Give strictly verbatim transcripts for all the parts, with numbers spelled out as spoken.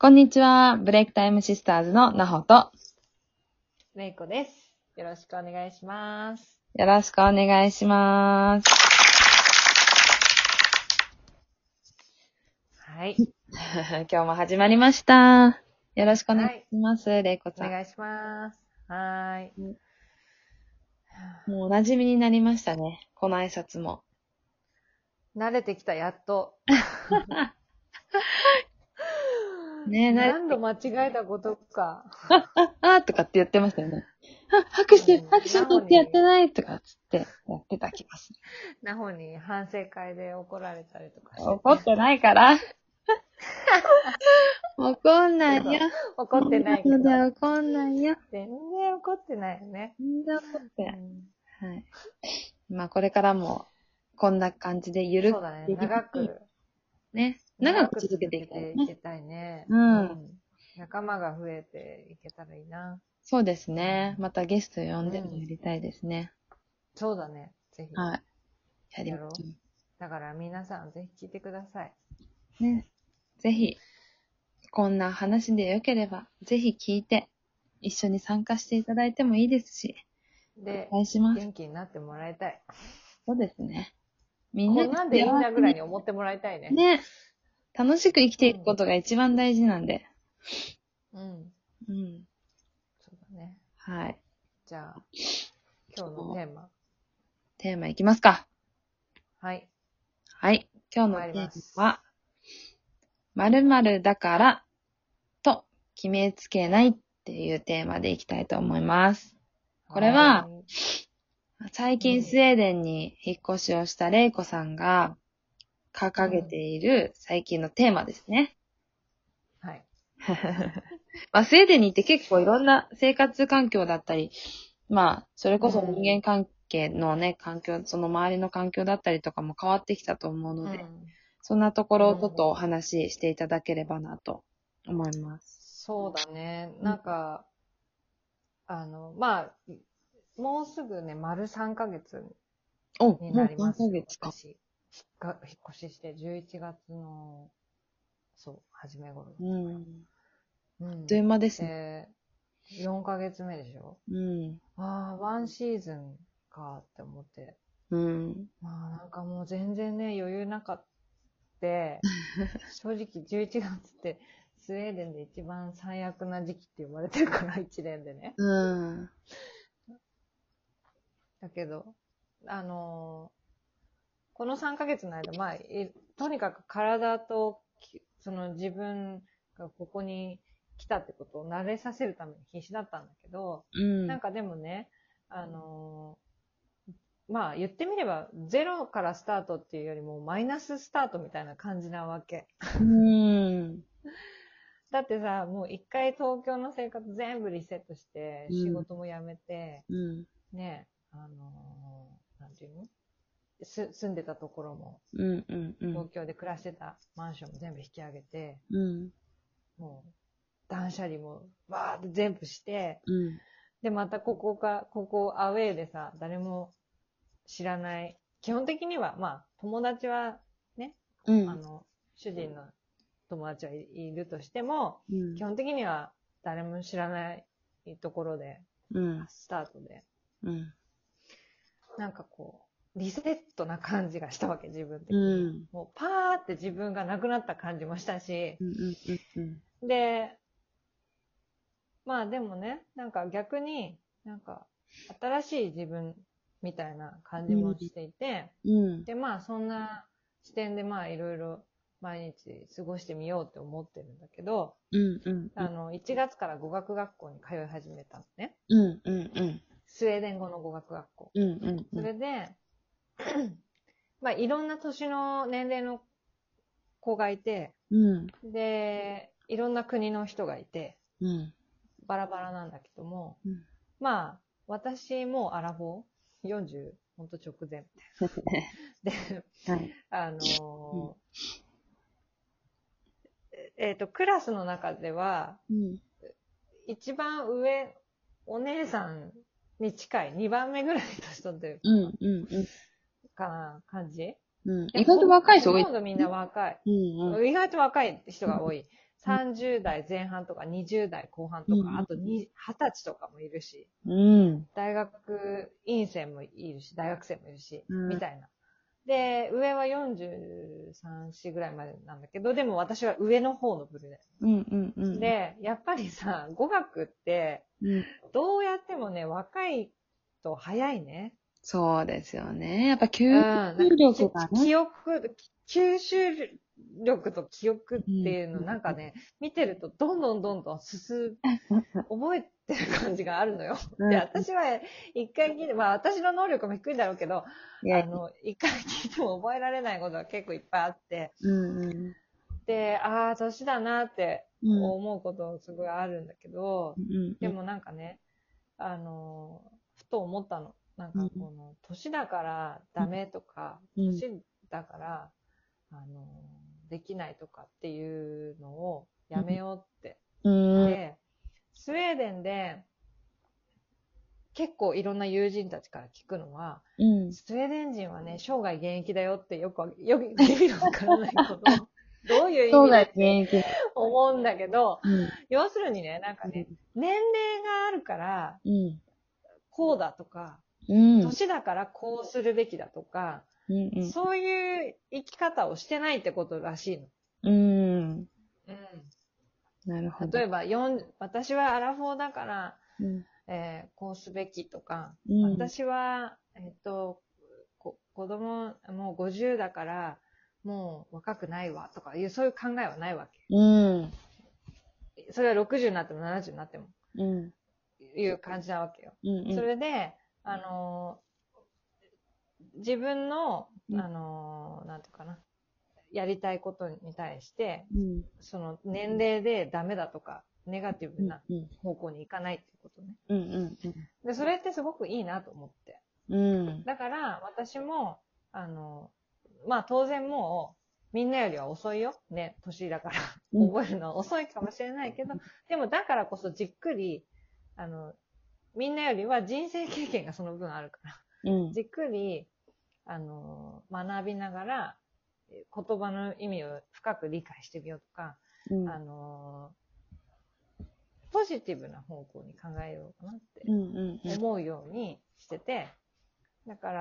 こんにちは。ブレイクタイムシスターズのなほと、 れいこです。よろしくお願いします。 よろしくお願いします。 はい。 今日も始まりました。よろしくお願いします。れいこさん。 お願いします。はーい。 もうお馴染みになりましたね。この挨拶も。 慣れてきた、やっと。 ねえ、慣れて何度間違えたことか。 あ、あ、あとかって言ってましたよね。あ、拍手、 うん拍手取ってやってないとかつってやってた気がする。 なほに反省会で怒られたりとかして。 怒ってないから。怒んないよ。 怒ってないけど。 そんなので怒んないよ。 全然怒ってないよね。 全然怒ってない。 うん、 はい。まあこれからもこんな感じでゆるくそうだね。長く。 ね。長く続けていきたいね。 いけたいね。 うん、 うん。仲間が増えていけたらいいな。 そうですね。またゲスト呼んでもやりたいですね。 そうだね。ぜひ。 はい。やりましょう。 だから皆さんぜひ聞いてください。 ね。ぜひ、こんな話でよければ、ぜひ聞いて、一緒に参加していただいてもいいですし。 で、 お願いします。 元気になってもらいたい。 そうですね。みんなこんなんでいいんだぐらいに思ってもらいたいね。 ね。楽しく生きていくことが一番大事なんで。 うん。 うん。 そうだね。 はい。 じゃあ、今日のテーマ。 テーマいきますか。 はい。 はい。今日のテーマは、〇〇だからと決めつけないっていうテーマでいきたいと思います。これは、最近スウェーデンに引っ越しをしたレイコさんが掲げている最近のテーマですね。 うん、はい。 まあ、スウェーデンに行って結構いろんな生活環境だったり、まあ、それこそ人間関係のね、環境、その周りの環境だったりとかも変わってきたと思うので、うん、そんなところをちょっとお話ししていただければなと思います。 そうだね。なんか、うん、あの、まあ、もうすぐね、丸さんかげつになりますよ。 お、もうさんかげつか。 私、引っ越ししてじゅういちがつの、そう、初め頃。 うん。あっという間ですね。 よんかげつめでしょ。 うん。 ああ、ワンシーズンかって思って。 うん。 まあなんかもう全然ね、余裕なかった。正直じゅういちがつってスウェーデンで一番最悪な時期って言われてるからいちねんでね。 うん。 だけど、あのー、このさんかげつの間、まあ、とにかく体と、その自分がここに来たってことを慣れさせるために必死だったんだけど、うん、なんかでもね、あのー、まあ言ってみればゼロからスタートっていうよりもマイナススタートみたいな感じなわけ。うん、だってさ、もう一回東京の生活全部リセットして仕事も辞めて、うん、ね、あのー、なんていうのす住んでたところも、うんうんうん、東京で暮らしてたマンションも全部引き上げて、うん、もう断捨離もバーって全部して、うん、でまたここかここアウェーでさ誰も知らない基本的にはまあ友達はね、うん、あの主人の友達はいるとしても、うん、基本的には誰も知らないところで、うん、スタートで、うん、なんかこうリセットな感じがしたわけ、自分的に。うん、もうパーって自分がなくなった感じもしたし、うんうんうんうん、で、まあでもね、なんか逆になんか新しい自分みたいな感じもしていて、うん、でまあそんな視点でまあいろいろ毎日過ごしてみようって思ってるんだけど、うんうんうん、あのいちがつから語学学校に通い始めたのね。うんうんうん、スウェーデン語の語学学校。うんうんうん、それで、まあいろんな年の年齢の子がいて、うん、で、いろんな国の人がいて、うん、バラバラなんだけども、うん、まあ私もアラフォー、よんじゅう、ほんと直前みたいな。で、はい、あのー、うん、えっと、クラスの中では、うん、一番上、お姉さんに近いにばんめぐらいの人っていうか、うんうんうん、かな感じ、うん、意外と若い人多い。ほとんどみんな若い。うんうん、意外と若い人が多い。 さんじゅう代前半とかにじゅう代後半とか、 うんあとにはたちとかもいるし、 うん。 大学院生もいるし、大学生もいるし、 うんみたいな。で、上はよんじゅうさん、よんぐらいまでなんだけど、でも私は上の方の部類だよ。 うんうんうん。 で、やっぱりさ、語学って、 うん、 どうやってもね、若いと早いね。 そうですよね。やっぱ吸うん。なんか収力がね。 記憶、吸収力と記憶っていうの、 うんなんかね、見てるとどんどんどんどん進む、覚えてる感じがあるのよ。 うんで、私は一回聞いて、まあ私の能力も低いんだろうけど、 いやいやあの、一回聞いても覚えられないことが結構いっぱいあって、 うんうんで、ああ、年だなってうん思うことすごいあるんだけど、 うんうんでもなんかね、あの、ふと思ったの。なんうんかこの、年だからダメとか、 うん年だから、あの、できないとかっていうのをやめようって。 うんで、スウェーデンで結構いろんな友人たちから聞くのは、 うんスウェーデン人はね、生涯現役だよってよくわ、よく意味のわからないことを、どういう意生涯味でって現役。 思うんだけど、 うん要するにね、なんかね、年齢があるから、 うんこうだとか、 うん年だからこうするべきだとか、 うんうんそういう生き方をしてないってことらしいの。 うんうん。 なるほど。 例えば、よん私はアラフォーだから、 うんえーこうすべきとか、 うん私は、えっと、こ子供、もうごじゅうだから、もう若くないわとかいう、そういう考えはないわうんけ。それはろくじゅうになってもななじゅうになっても、 うんいう感じなわけよ。 うんうんそれで、あのー自分の、 うんあのーなんていうかな、やりたいことに対して、 うんその年齢でダメだとか、ネガティブなうん方向に行かないっていうことね。 うんうんで、それってすごくいいなと思って。 うんだから、私も、あの、まあ当然もう、みんなよりは遅いよ。ね、年だから。 うん覚えるのは遅いかもしれないけど、でもだからこそじっくり、あの、みんなよりは人生経験がその分あるから、 うんじっくり、あの、学びながら、言葉の意味を深く理解してみようとか、 うんあの、ポジティブな方向に考えようかなってうんうん思うようにしてて、だから、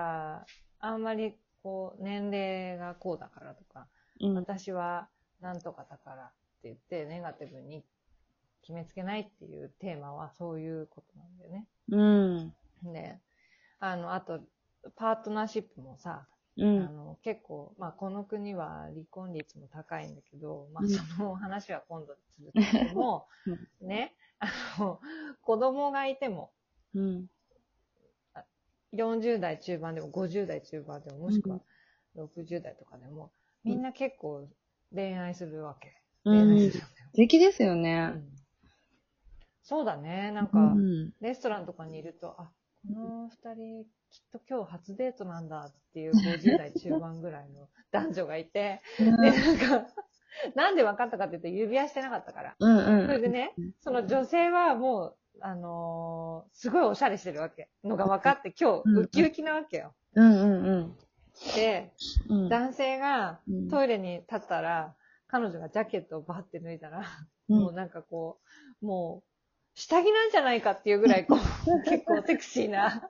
あんまりこう、年齢がこうだからとか、 うん私はなんとかだからって言って、ネガティブに決めつけないっていうテーマはそういうことなんだよね。 うんで、あの、あと、パートナーシップもさ、 うんあの結構、まあ、この国は離婚率も高いんだけど、まあ、 うんその話は今度するとしても、ね、あの、子供がいても、 うんよんじゅう代中盤でもごじゅう代中盤でも、もしくはろくじゅう代とかでも、みんな結構恋愛するわけ。恋愛するんだよ。 素敵ですようね。 んそうだね。なんうか、 んレストランとかにいると、あ、この二人、きっと今日初デートなんだっていうごじゅう代中盤ぐらいの男女がいて、で、なんか、なんで分かったかって言うと指輪してなかったから。 うんうんそれでね、その女性はもう、あのーすごいおしゃれしてるわけ。のが分かって、今日、 うんウキウキなわけよ。 うんうんうんで、 うん男性がうんトイレに立ったら、彼女がジャケットをバッて脱いだら、 うんもうなんかこう、もう、下着なんじゃないかっていうぐらい、こう、結構セクシーな、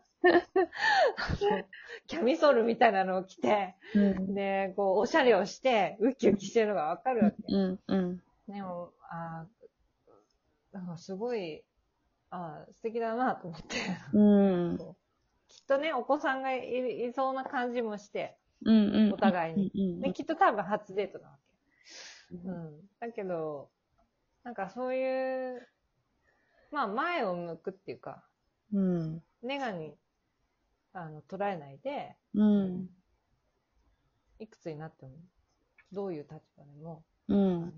キャミソールみたいなのを着て、 うんで、こう、おしゃれをして、ウキウキしてるのがわかるわけ。 うんうんでも、あなんかすごい、あ素敵だなと思って。 うんこうきっとね、お子さんがい、いそうな感じもして、 うんうんお互いに。 うんで、きっと多分初デートなわけ。うん。だけど、なんかそういう、まあ前を向くっていうか、 うんネガに、あの、捉えないで、 うんいくつになっても、どういう立場でも、あうんの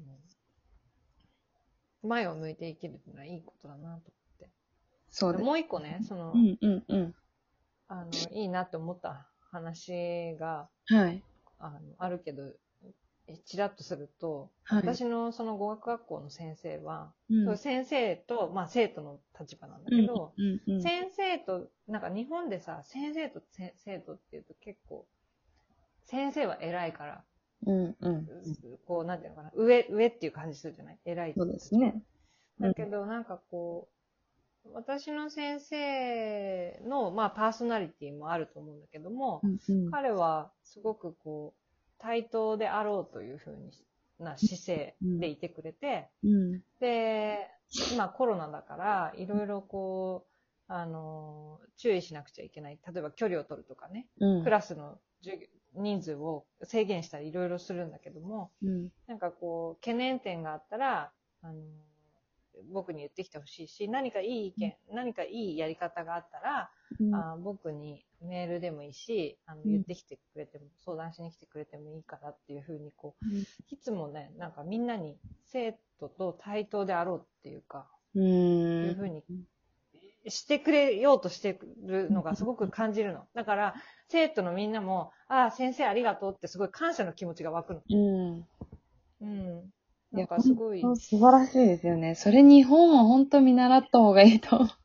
前を向いて生きるっていうのはいいことだなと思って。 そうです。 もう一個ね、その、 うんうんうんあの、いいなって思った話が、 はいあの、あるけど、ちらっとすると、 はい私のその語学学校の先生は、 うんそういう先生と、まあ生徒の立場なんだうんけど、 うんうん先生と、なんか日本でさ、先生とせ生徒っていうと結構、先生は偉いから、 うんうん。 こう、なんていうのかな、上、上っていう感じするじゃない？偉いって。 そうですね。 だけど、なんかこう、私の先生の、まあ、パーソナリティもあると思うんだけども、 うんうん、 彼はすごくこう、対等であろうというふうな姿勢でいてくれて、 うん、 で、今コロナだから、いろいろこう、あの、注意しなくちゃいけない。例えば距離を取るとかね、 うん、 クラスの授業人数を制限したりいろいろするんだけども、 うん、 なんかこう、懸念点があったら、あの、僕に言ってきてほしいし、何かいい意見、何かいいやり方があったら、 うん、 あ僕にメールでもいいし、あのうん、 言ってきてくれても、相談しに来てくれてもいいからっていうふうに、こう、いつもね、なんかみんなに生徒と対等であろうっていうか、 うん、 いうふうにしてくれようとしてるのがすごく感じるの。だから、生徒のみんなも、ああ、先生ありがとうってすごい感謝の気持ちが湧くの。 うん。 うん。 いや、 なんかす本ごい。 当素晴らしいですよね。それ日本は本当見習った方がいいと思う。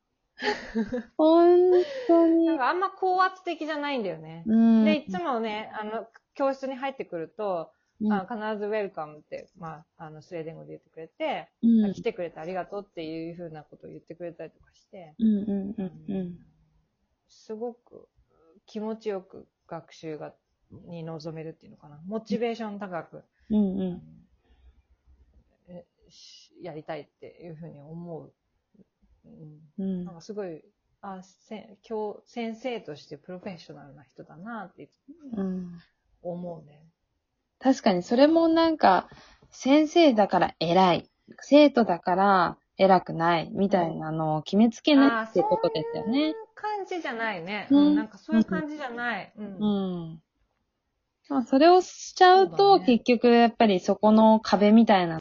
本当に。 なんかあんま高圧的じゃないんだよね。 うん、 で、いつもね、あの、教室に入ってくると、 うん、 あ必ずウェルカムって、まあ、あの、スウェーデン語で言ってくれて、 うん、 来てくれてありがとうっていうふうなことを言ってくれたりとかして、 うん、うん、 あのうん、うん。 すごく気持ちよく学習が、に臨めるっていうのかな。モチベーション高く、 うん、うあのん。 えやりたいっていうふうに思う。うん、 うん。 なんかすごい、あ、せ教先生としてプロフェッショナルな人だなってうん。 思うね。 確かにそれもなんか、先生だから偉い。生徒だから偉くない。みたいなのを決めつけないっああ、そうてことですよね。 いう感じじゃないね。うん、なね。 んかそういう感じじゃない。ううん。 ん。うん。まあ、それをしちゃそううと、 だね。 結局やっぱりそこの壁みたいな